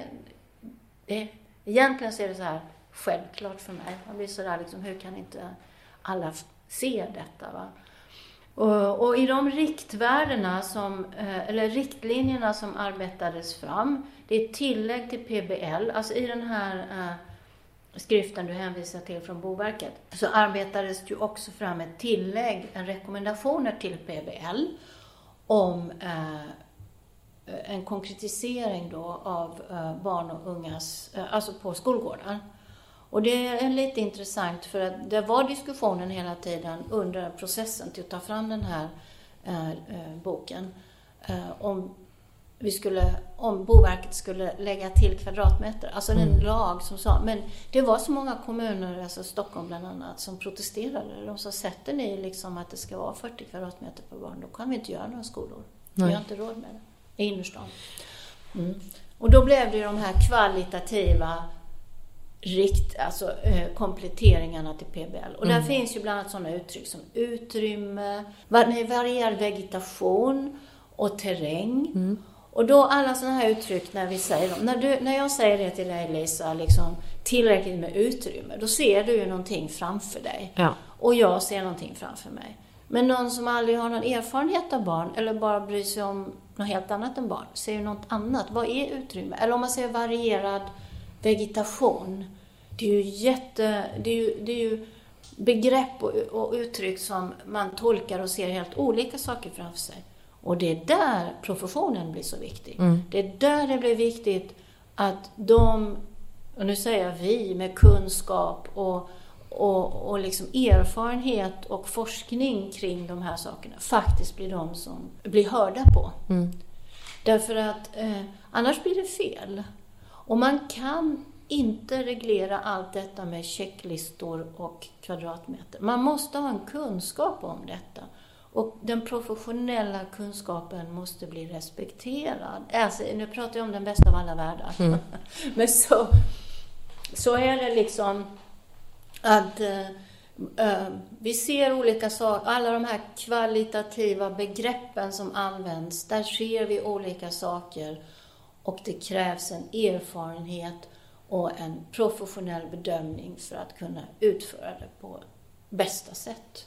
det, egentligen så är det så här självklart för mig. Man blir så där liksom, hur kan inte alla se detta, va? Och, och i de riktvärdena som, eller riktlinjerna som arbetades fram, det är ett tillägg till P B L, alltså i den här eh, skriften du hänvisar till från Boverket, så arbetades det ju också fram ett tillägg, en rekommendationer till P B L om eh, en konkretisering då av eh, barn och ungas, eh, alltså på skolgårdar. Och det är lite intressant för att det var diskussionen hela tiden under processen till att ta fram den här eh, eh, boken. Eh, om, vi skulle, om Boverket skulle lägga till kvadratmeter. Alltså mm. en lag som sa. Men det var så många kommuner, alltså Stockholm bland annat, som protesterade. De sa, sätter ni liksom att det ska vara fyrtio kvadratmeter per barn, då kan vi inte göra några skolor. Nej. Vi har inte råd med det. I innerstan. Mm. Och då blev det ju de här kvalitativa rikt, alltså eh, kompletteringarna till P B L. Och mm. där finns ju bland annat sådana uttryck som utrymme, varierad vegetation och terräng. Mm. Och då alla sådana här uttryck när vi säger dem, när, du, när jag säger det till dig, Lisa, liksom tillräckligt med utrymme, då ser du ju någonting framför dig. Ja. Och jag ser någonting framför mig. Men någon som aldrig har någon erfarenhet av barn eller bara bryr sig om något helt annat än barn ser ju något annat. Vad är utrymme? Eller om man säger varierad vegetation. Det är ju jätte, det är ju, det är ju begrepp och, och uttryck som man tolkar och ser helt olika saker framför sig. Och det är där professionen blir så viktig. Mm. Det är där det blir viktigt att de, och nu säger jag vi, med kunskap och, och, och liksom erfarenhet och forskning kring de här sakerna faktiskt blir de som blir hörda på. Mm. Därför att eh, annars blir det fel. Och man kan inte reglera allt detta med checklistor och kvadratmeter. Man måste ha en kunskap om detta. Och den professionella kunskapen måste bli respekterad. Alltså, nu pratar jag om den bästa av alla världar. Mm. Men så, så är det liksom att uh, uh, vi ser olika saker. Alla de här kvalitativa begreppen som används, där ser vi olika saker. Och det krävs en erfarenhet och en professionell bedömning för att kunna utföra det på bästa sätt.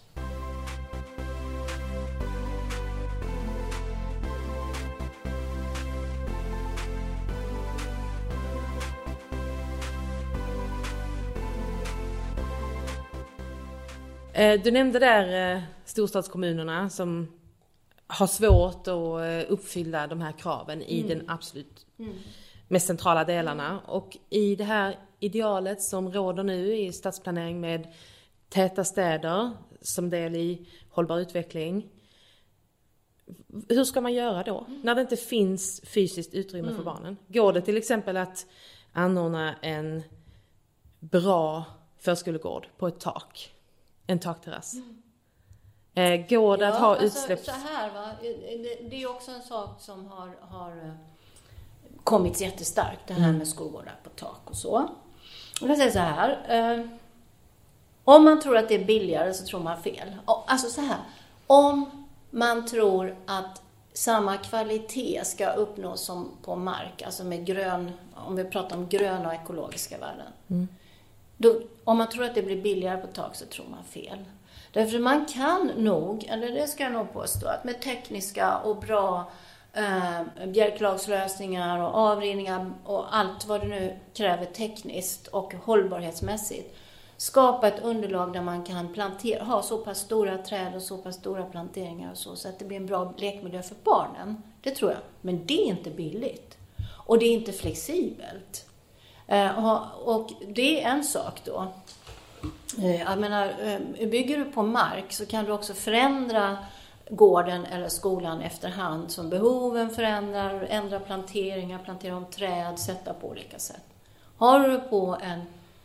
Du nämnde där storstadskommunerna som har svårt att uppfylla de här kraven i mm. den absolut mm. mest centrala delarna. Och i det här idealet som råder nu i stadsplanering med täta städer som del i hållbar utveckling. Hur ska man göra då? Mm. När det inte finns fysiskt utrymme mm. för barnen. Går det till exempel att anordna en bra förskolegård på ett tak. En takterrass. Mm. Eh, går det ja, att ha alltså, utsläpp? Så här, va? Det, det är också en sak som har, har kommit jättestarkt. Det här mm. med skolgårdar på tak och så. Jag kan säga så här. Eh, om man tror att det är billigare så tror man fel. Alltså så här. Om man tror att samma kvalitet ska uppnås som på mark, alltså med grön, om vi pratar om gröna och ekologiska värden. Mm. Då, om man tror att det blir billigare på tak så tror man fel. Därför man kan nog, eller det ska jag nog påstå, att med tekniska och bra eh, bjälklagslösningar och avrinningar och allt vad det nu kräver tekniskt och hållbarhetsmässigt, skapa ett underlag där man kan plantera, ha så pass stora träd och så pass stora planteringar och så, så att det blir en bra lekmiljö för barnen. Det tror jag. Men det är inte billigt. Och det är inte flexibelt. Eh, och det är en sak då. Eh, jag menar, eh, bygger du på mark så kan du också förändra gården eller skolan efterhand som behoven förändrar, ändra planteringar, plantera om träd, sätta på olika sätt. Har du på en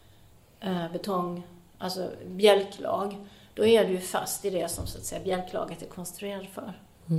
betong, alltså bjälklag, då är du fast i det som så att säga bjälklaget är konstruerad för.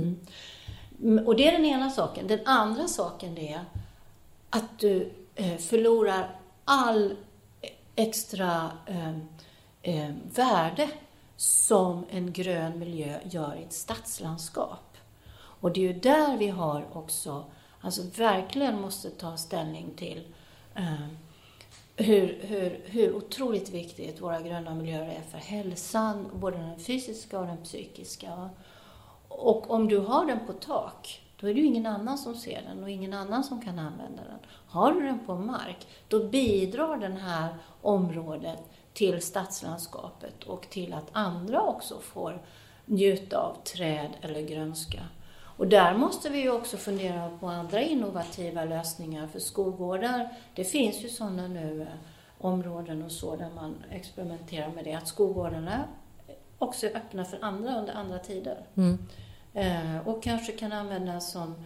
Mm. Och det är den ena saken. Den andra saken är att du förlorar all extra eh, eh, värde som en grön miljö gör i ett stadslandskap. Och det är ju där vi har också, alltså verkligen måste ta ställning till eh, Hur, hur, hur otroligt viktigt våra gröna miljöer är för hälsan, både den fysiska och den psykiska. Och om du har den på tak, då är det ju ingen annan som ser den och ingen annan som kan använda den. Har du den på mark, då bidrar den här området till stadslandskapet och till att andra också får njuta av träd eller grönska. Och där måste vi ju också fundera på andra innovativa lösningar för skolgårdar. Det finns ju sådana nu områden och så där man experimenterar med det. Att skolgårdarna också är öppna för andra under andra tider. Mm. Eh, och kanske kan användas som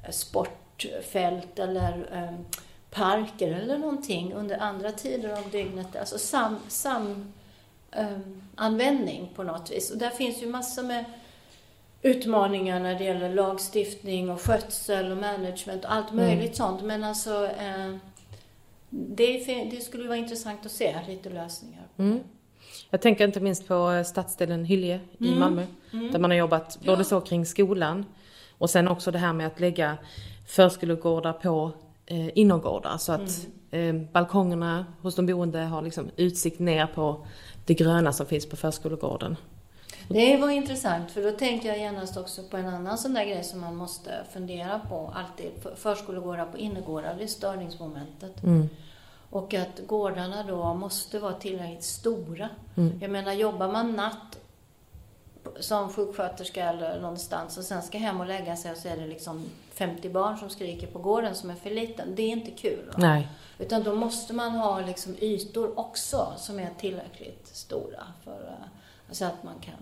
sportfält eller eh, parker eller någonting under andra tider av dygnet. Alltså sam, sam eh, användning på något vis. Och där finns ju massor med utmaningar när det gäller lagstiftning och skötsel och management och allt möjligt mm. sånt. Men alltså eh, det, det skulle vara intressant att se lite lösningar. Mm. Jag tänker inte minst på stadsdelen Hyllie i mm. Malmö. Mm. Där man har jobbat både ja. så kring skolan och sen också det här med att lägga förskolegårdar på eh, innergårdar. Så att mm. eh, balkongerna hos de boende har liksom utsikt ner på det gröna som finns på förskolegården. Det var intressant, för då tänker jag genast också på en annan sån där grej som man måste fundera på alltid. Förskolegårdar på innergårdar, det är störningsmomentet. Mm. Och att gårdarna då måste vara tillräckligt stora. Mm. Jag menar, jobbar man natt som sjuksköterska eller någonstans och sen ska hem och lägga sig och så är det liksom femtio barn som skriker på gården som är för liten. Det är inte kul. Va? Nej. Utan då måste man ha liksom ytor också som är tillräckligt stora för så att man kan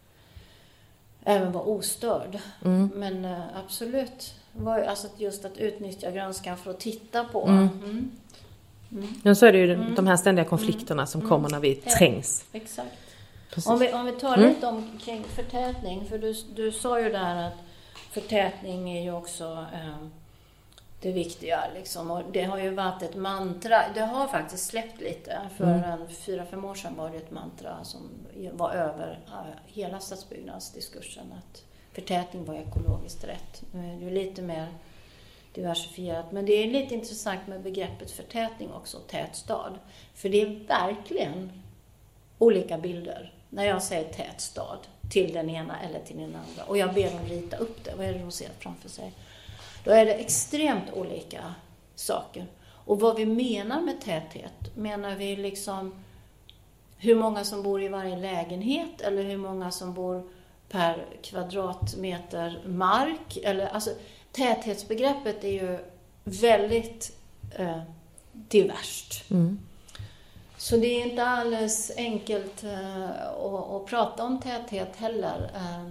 även vara ostörd. Mm. Men äh, absolut, var, alltså just att utnyttja grönskan för att titta på. Mm. Mm. Mm. Ja, så är det ju mm. de här ständiga konflikterna mm. som mm. kommer när vi ja, trängs. Exakt. Om vi, om vi tar mm. lite om kring förtätning, för du, du sa ju där att förtätning är ju också äh, det viktiga liksom. Och det har ju varit ett mantra, det har faktiskt släppt lite. För mm. en fyra, fem år sedan var det ett mantra som var över äh, hela stadsbyggnadsdiskursen, att förtätning var ekologiskt rätt. Nu är det ju lite mer diversifierat, men det är lite intressant med begreppet förtätning också, tät stad. För det är verkligen olika bilder när jag säger tät stad till den ena eller till den andra. Och jag ber dem rita upp det, vad är det de ser framför sig? Då är det extremt olika saker. Och vad vi menar med täthet, menar vi liksom hur många som bor i varje lägenhet eller hur många som bor per kvadratmeter mark? Eller, alltså, täthetsbegreppet är ju väldigt eh, diverst. Mm. Så det är inte alldeles enkelt eh, att, att prata om täthet heller. Eh,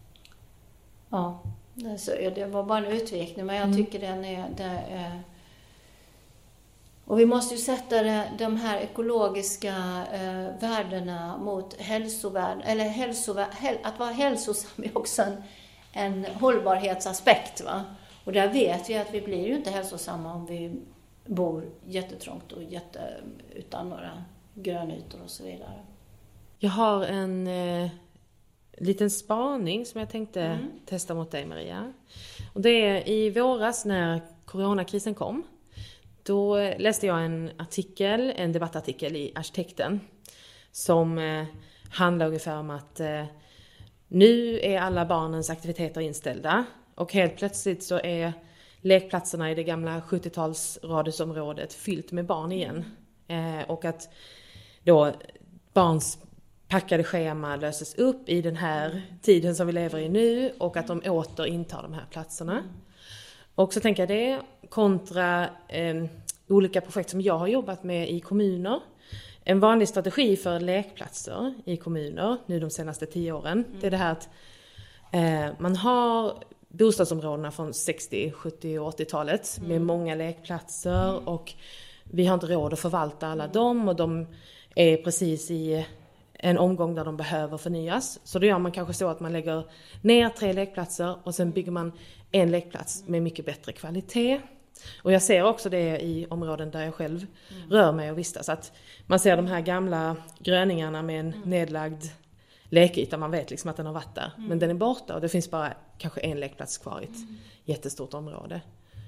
ja. Så det var bara en utvikning, men jag tycker den är, det är Och vi måste ju sätta det, de här ekologiska eh, värdena mot hälsovärden. Eller hälsovär, häl, att vara hälsosam är också en, en hållbarhetsaspekt. Va? Och där vet vi att vi blir ju inte hälsosamma om vi bor jättetrångt och jätte, utan några grönytor och så vidare. Jag har en eh, liten spaning som jag tänkte Mm. testa mot dig, Maria. Och det är i våras när coronakrisen kom. Då läste jag en artikel, en debattartikel i Arkitekten. Som eh, handlar ungefär om att eh, nu är alla barnens aktiviteter inställda. Och helt plötsligt så är lekplatserna i det gamla sjuttio-tals radhusområdet fyllt med barn igen. Eh, och att då barns packade schema löses upp i den här tiden som vi lever i nu. Och att de åter intar de här platserna. Och så tänker jag det kontra eh, olika projekt som jag har jobbat med i kommuner. En vanlig strategi för lekplatser i kommuner nu de senaste tio åren. Mm. Det är det här att eh, man har bostadsområdena från sextio, sjuttio och åttiotalet mm. med många lekplatser. Mm. Och vi har inte råd att förvalta alla mm. dem och de är precis i en omgång där de behöver förnyas. Så då gör man kanske så att man lägger ner tre lekplatser och sen bygger man en lekplats med mycket bättre kvalitet. Och jag ser också det i områden där jag själv mm. rör mig och vistas. Att man ser de här gamla gröningarna med en mm. nedlagd lekyta. Man vet liksom att den har varit där. Mm. Men den är borta och det finns bara kanske en lekplats kvar i ett mm. jättestort område.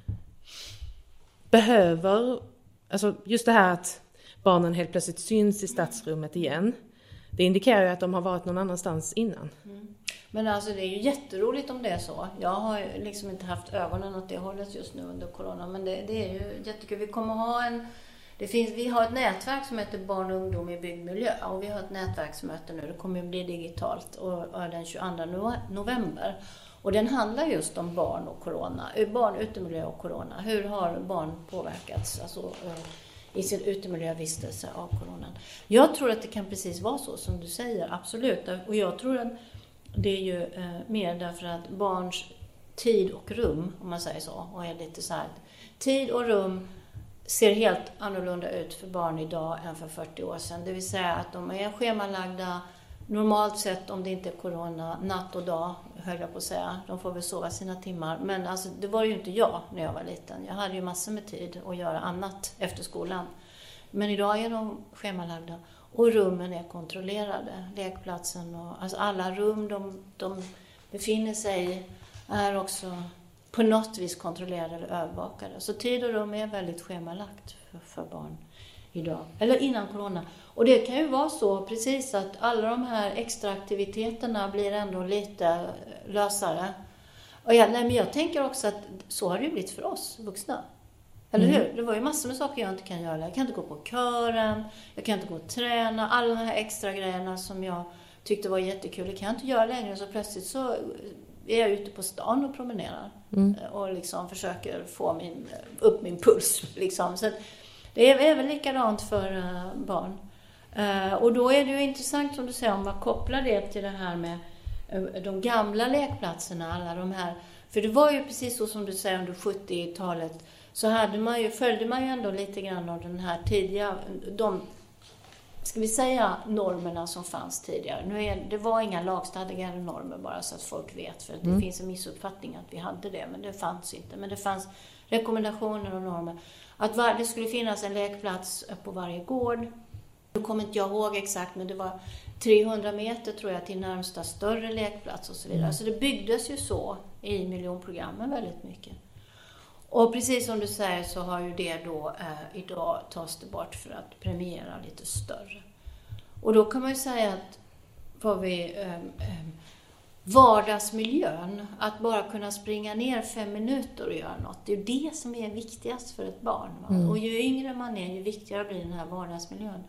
Behöver, alltså just det här att barnen helt plötsligt syns i stadsrummet igen. Det indikerar ju att de har varit någon annanstans innan. Mm. Men alltså det är ju jätteroligt om det är så. Jag har ju liksom inte haft ögonen åt det hållet just nu under corona. Men det, det är ju jättekul. Vi kommer ha en... Det finns, vi har ett nätverk som heter Barn och ungdom i byggmiljö. Och vi har ett nätverksmöte nu. Det kommer att bli digitalt och är den tjugoandra november. Och den handlar just om barn och corona. Barn, utemiljö och corona. Hur har barn påverkats? Alltså... i sin utemiljövistelse av coronan. Jag tror att det kan precis vara så som du säger, absolut. Och jag tror att det är ju eh, mer därför att barns tid och rum, om man säger så, och är lite så här, tid och rum ser helt annorlunda ut för barn idag än för fyrtio år sedan. Det vill säga att de är schemalagda normalt sett, om det inte är corona, natt och dag, höll jag på att säga. De får väl sova sina timmar. Men alltså, det var ju inte jag när jag var liten. Jag hade ju massor med tid att göra annat efter skolan. Men idag är de schemalagda. Och rummen är kontrollerade. Lekplatsen och alltså alla rum de, de befinner sig i är också på något vis kontrollerade eller övervakade. Så tid och rum är väldigt schemalagt för, för barn idag. Eller innan corona. Och det kan ju vara så precis att alla de här extra aktiviteterna blir ändå lite lösare. Och jag, nej, men jag tänker också att så har det ju blivit för oss vuxna. Eller mm. hur? Det var ju massor med saker jag inte kan göra. Jag kan inte gå på kören, jag kan inte gå och träna. Alla de här extra grejerna som jag tyckte var jättekul, det kan jag inte göra längre. Så plötsligt så är jag ute på stan och promenerar. Mm. Och liksom försöker få min, upp min puls. Liksom. Så det är väl likadant för uh, barn. Uh, och då är det ju intressant som du säger om man kopplar det till det här med uh, de gamla lekplatserna. Alla de här. För det var ju precis så som du säger under sjuttiotalet. Så hade man ju, följde man ju ändå lite grann av den här tidiga, de, ska vi säga, normerna som fanns tidigare. Nu är, det var inga lagstadgade normer bara så att folk vet. För det mm. finns en missuppfattning att vi hade det, men det fanns inte. Men det fanns rekommendationer och normer. Att var, det skulle finnas en lekplats på varje gård. Nu kommer inte jag ihåg exakt, men det var trehundra meter tror jag till närmsta större lekplats och så vidare. Mm. Så det byggdes ju så i miljonprogrammen väldigt mycket. Och precis som du säger så har ju det då eh, idag tas det bort för att premiera lite större. Och då kan man ju säga att vad vi, eh, eh, vardagsmiljön, att bara kunna springa ner fem minuter och göra något, det är ju det som är viktigast för ett barn. Mm. Och ju yngre man är, ju viktigare blir den här vardagsmiljön.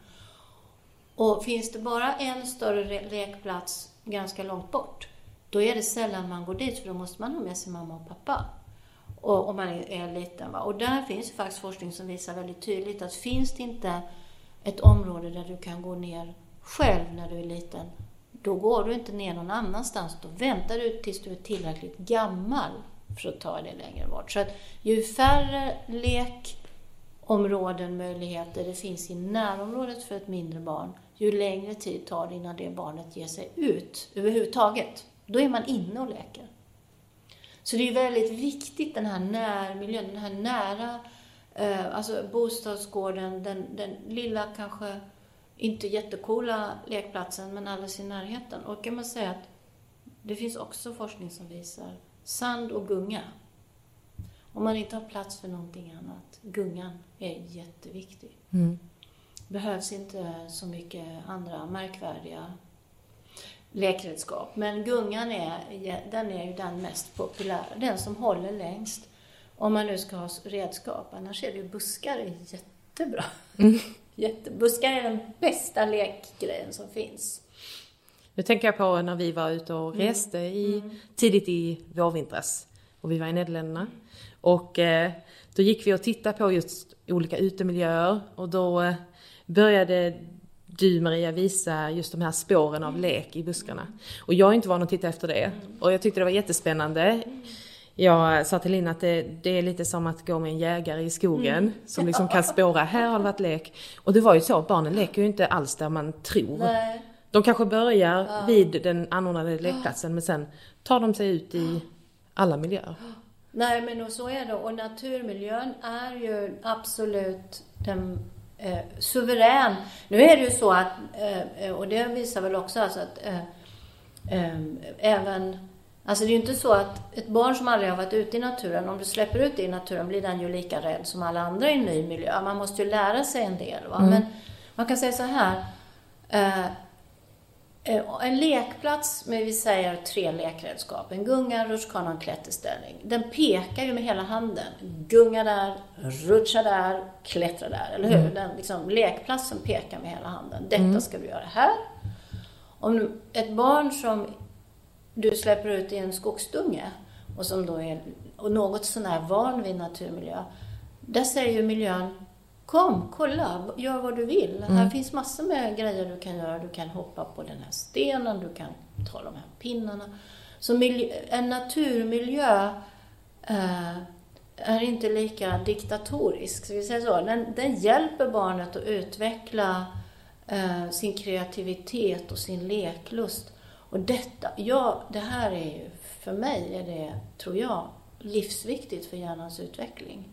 Och finns det bara en större lekplats ganska långt bort, då är det sällan man går dit, för då måste man ha med sig mamma och pappa. Och om man är liten. Va? Och där finns ju faktiskt forskning som visar väldigt tydligt att finns det inte ett område där du kan gå ner själv när du är liten, då går du inte ner någon annanstans. Då väntar du tills du är tillräckligt gammal för att ta det längre bort. Så att ju färre lek områden, möjligheter det finns i närområdet för ett mindre barn, ju längre tid tar det innan det barnet ger sig ut överhuvudtaget. Då är man inne och leker. Så det är väldigt viktigt, den här närmiljön, den här nära, eh, alltså bostadsgården, den, den lilla kanske inte jättekola lekplatsen, men alldeles i närheten. Och kan man säga att det finns också forskning som visar sand och gunga. Om man inte har plats för någonting annat, gungan är jätteviktig. Mm. Behövs inte så mycket andra märkvärdiga lekredskap. Men gungan är, den är ju den mest populära, den som håller längst. Om man nu ska ha redskap, annars är det ju buskar, är jättebra. Mm. Jättebuskar är den bästa lekgrejen som finns. Nu tänker jag på när vi var ute och reste i, Mm. tidigt i vårvintras. Och vi var i Nederländerna. Och eh, då gick vi och tittade på just olika utemiljöer. Och då eh, började du, Maria, visa just de här spåren av lek i buskarna. Och jag har inte van att titta efter det. Och jag tyckte det var jättespännande. Jag sa till Linn att det, det är lite som att gå med en jägare i skogen. Mm. Som liksom kan spåra, här har det varit lek. Och det var ju så, barnen leker ju inte alls där man tror. Nej. De kanske börjar Ja. vid den anordnade lekplatsen, men sen tar de sig ut i alla miljöer. Nej, men och så är det. Och naturmiljön är ju absolut den eh, suverän. Nu är det ju så att, eh, och det visar väl också alltså att eh, eh, även, alltså det är ju inte så att ett barn som aldrig har varit ute i naturen, om du släpper ut det i naturen blir den ju lika rädd som alla andra i en ny miljö. Man måste ju lära sig en del, va? Mm. Men man kan säga så här, eh, en lekplats med, vi säger, tre lekredskap. En gunga, rutschkana och en klätterställning. Den pekar ju med hela handen. Gunga där, rutscha där, klättra där. Eller hur? Mm. Den, liksom, lekplatsen pekar med hela handen. Detta mm. ska du göra här. Om ett barn som du släpper ut i en skogsdunge och som då är och något sån här van vid naturmiljö. Där säger ju miljön: kom, kolla, gör vad du vill. Mm. Här finns massor med grejer du kan göra. Du kan hoppa på den här stenen, du kan ta de här pinnarna. Så miljö, en naturmiljö eh, är inte lika diktatorisk. Så vi säger så. Den, den hjälper barnet att utveckla eh, sin kreativitet och sin leklust. Och detta, ja, det här är ju, för mig är det, tror jag, livsviktigt för hjärnans utveckling.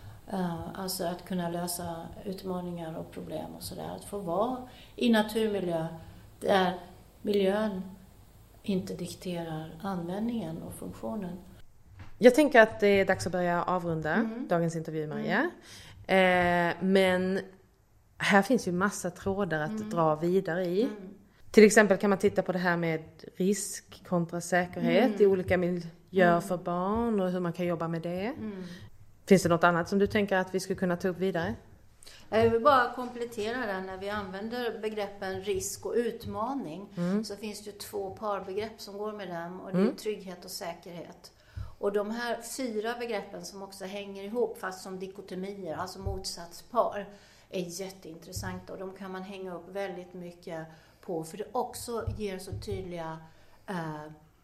Uh, alltså att kunna lösa utmaningar och problem och sådär. Att få vara i naturmiljö där miljön inte dikterar användningen och funktionen. Jag tänker att det är dags att börja avrunda mm. dagens intervju, Maria. Mm. Eh, men här finns ju massa trådar att mm. dra vidare i. Mm. Till exempel kan man titta på det här med risk kontra säkerhet mm. i olika miljöer mm. för barn och hur man kan jobba med det. Mm. Finns det något annat som du tänker att vi skulle kunna ta upp vidare? Jag vill bara komplettera det. När vi använder begreppen risk och utmaning mm. så finns det ju två parbegrepp som går med dem. Och det är mm. trygghet och säkerhet. Och de här fyra begreppen som också hänger ihop fast som dikotomier, alltså motsatspar, är jätteintressanta. Och de kan man hänga upp väldigt mycket på. För det också ger så tydliga äh,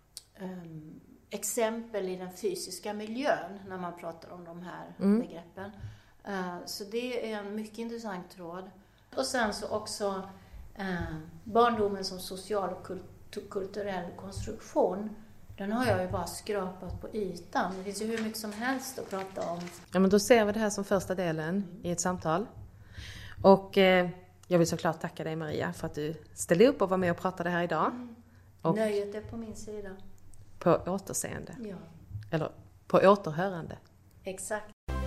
ähm, exempel i den fysiska miljön när man pratar om de här mm. begreppen. Uh, så det är en mycket intressant tråd. Och sen så också uh, barndomen som social och kult- kulturell konstruktion. Den har jag ju bara skrapat på ytan. Det finns ju hur mycket som helst att prata om. Ja, men då ser vi det här som första delen mm. i ett samtal. Och eh, jag vill såklart tacka dig, Maria, för att du ställde upp och var med och pratade här idag. Mm. Och nöjet är på min sida. På återseende. Ja. Eller på återhörande. Exakt.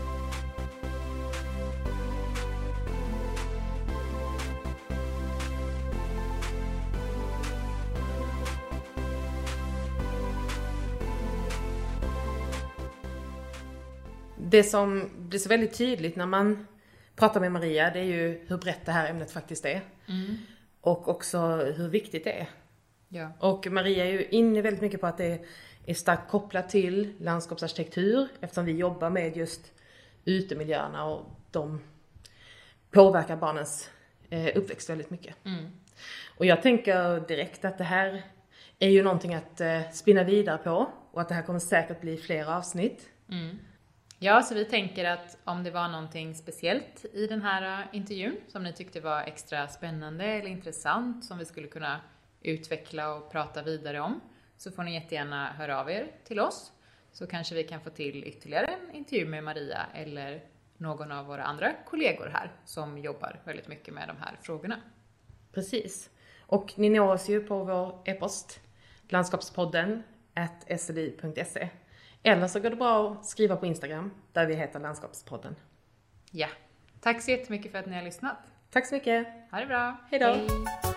Det som blir så väldigt tydligt när man pratar med Maria, det är ju hur brett det här ämnet faktiskt är. Mm. Och också hur viktigt det är. Ja. Och Maria är ju inne väldigt mycket på att det är starkt kopplat till landskapsarkitektur, eftersom vi jobbar med just utemiljöerna och de påverkar barnens uppväxt väldigt mycket. Mm. Och jag tänker direkt att det här är ju någonting att spinna vidare på och att det här kommer säkert bli fler avsnitt. Mm. Ja, så vi tänker att om det var någonting speciellt i den här intervjun som ni tyckte var extra spännande eller intressant som vi skulle kunna utveckla och prata vidare om, så får ni jättegärna höra av er till oss. Så kanske vi kan få till ytterligare en intervju med Maria eller någon av våra andra kollegor här som jobbar väldigt mycket med de här frågorna. Precis. Och ni når oss ju på vår e-post landskapspodden at s l i punkt se. Eller så går det bra att skriva på Instagram där vi heter Landskapspodden. Ja, tack så jättemycket för att ni har lyssnat. Tack så mycket. Ha det bra. Hej då. Hej.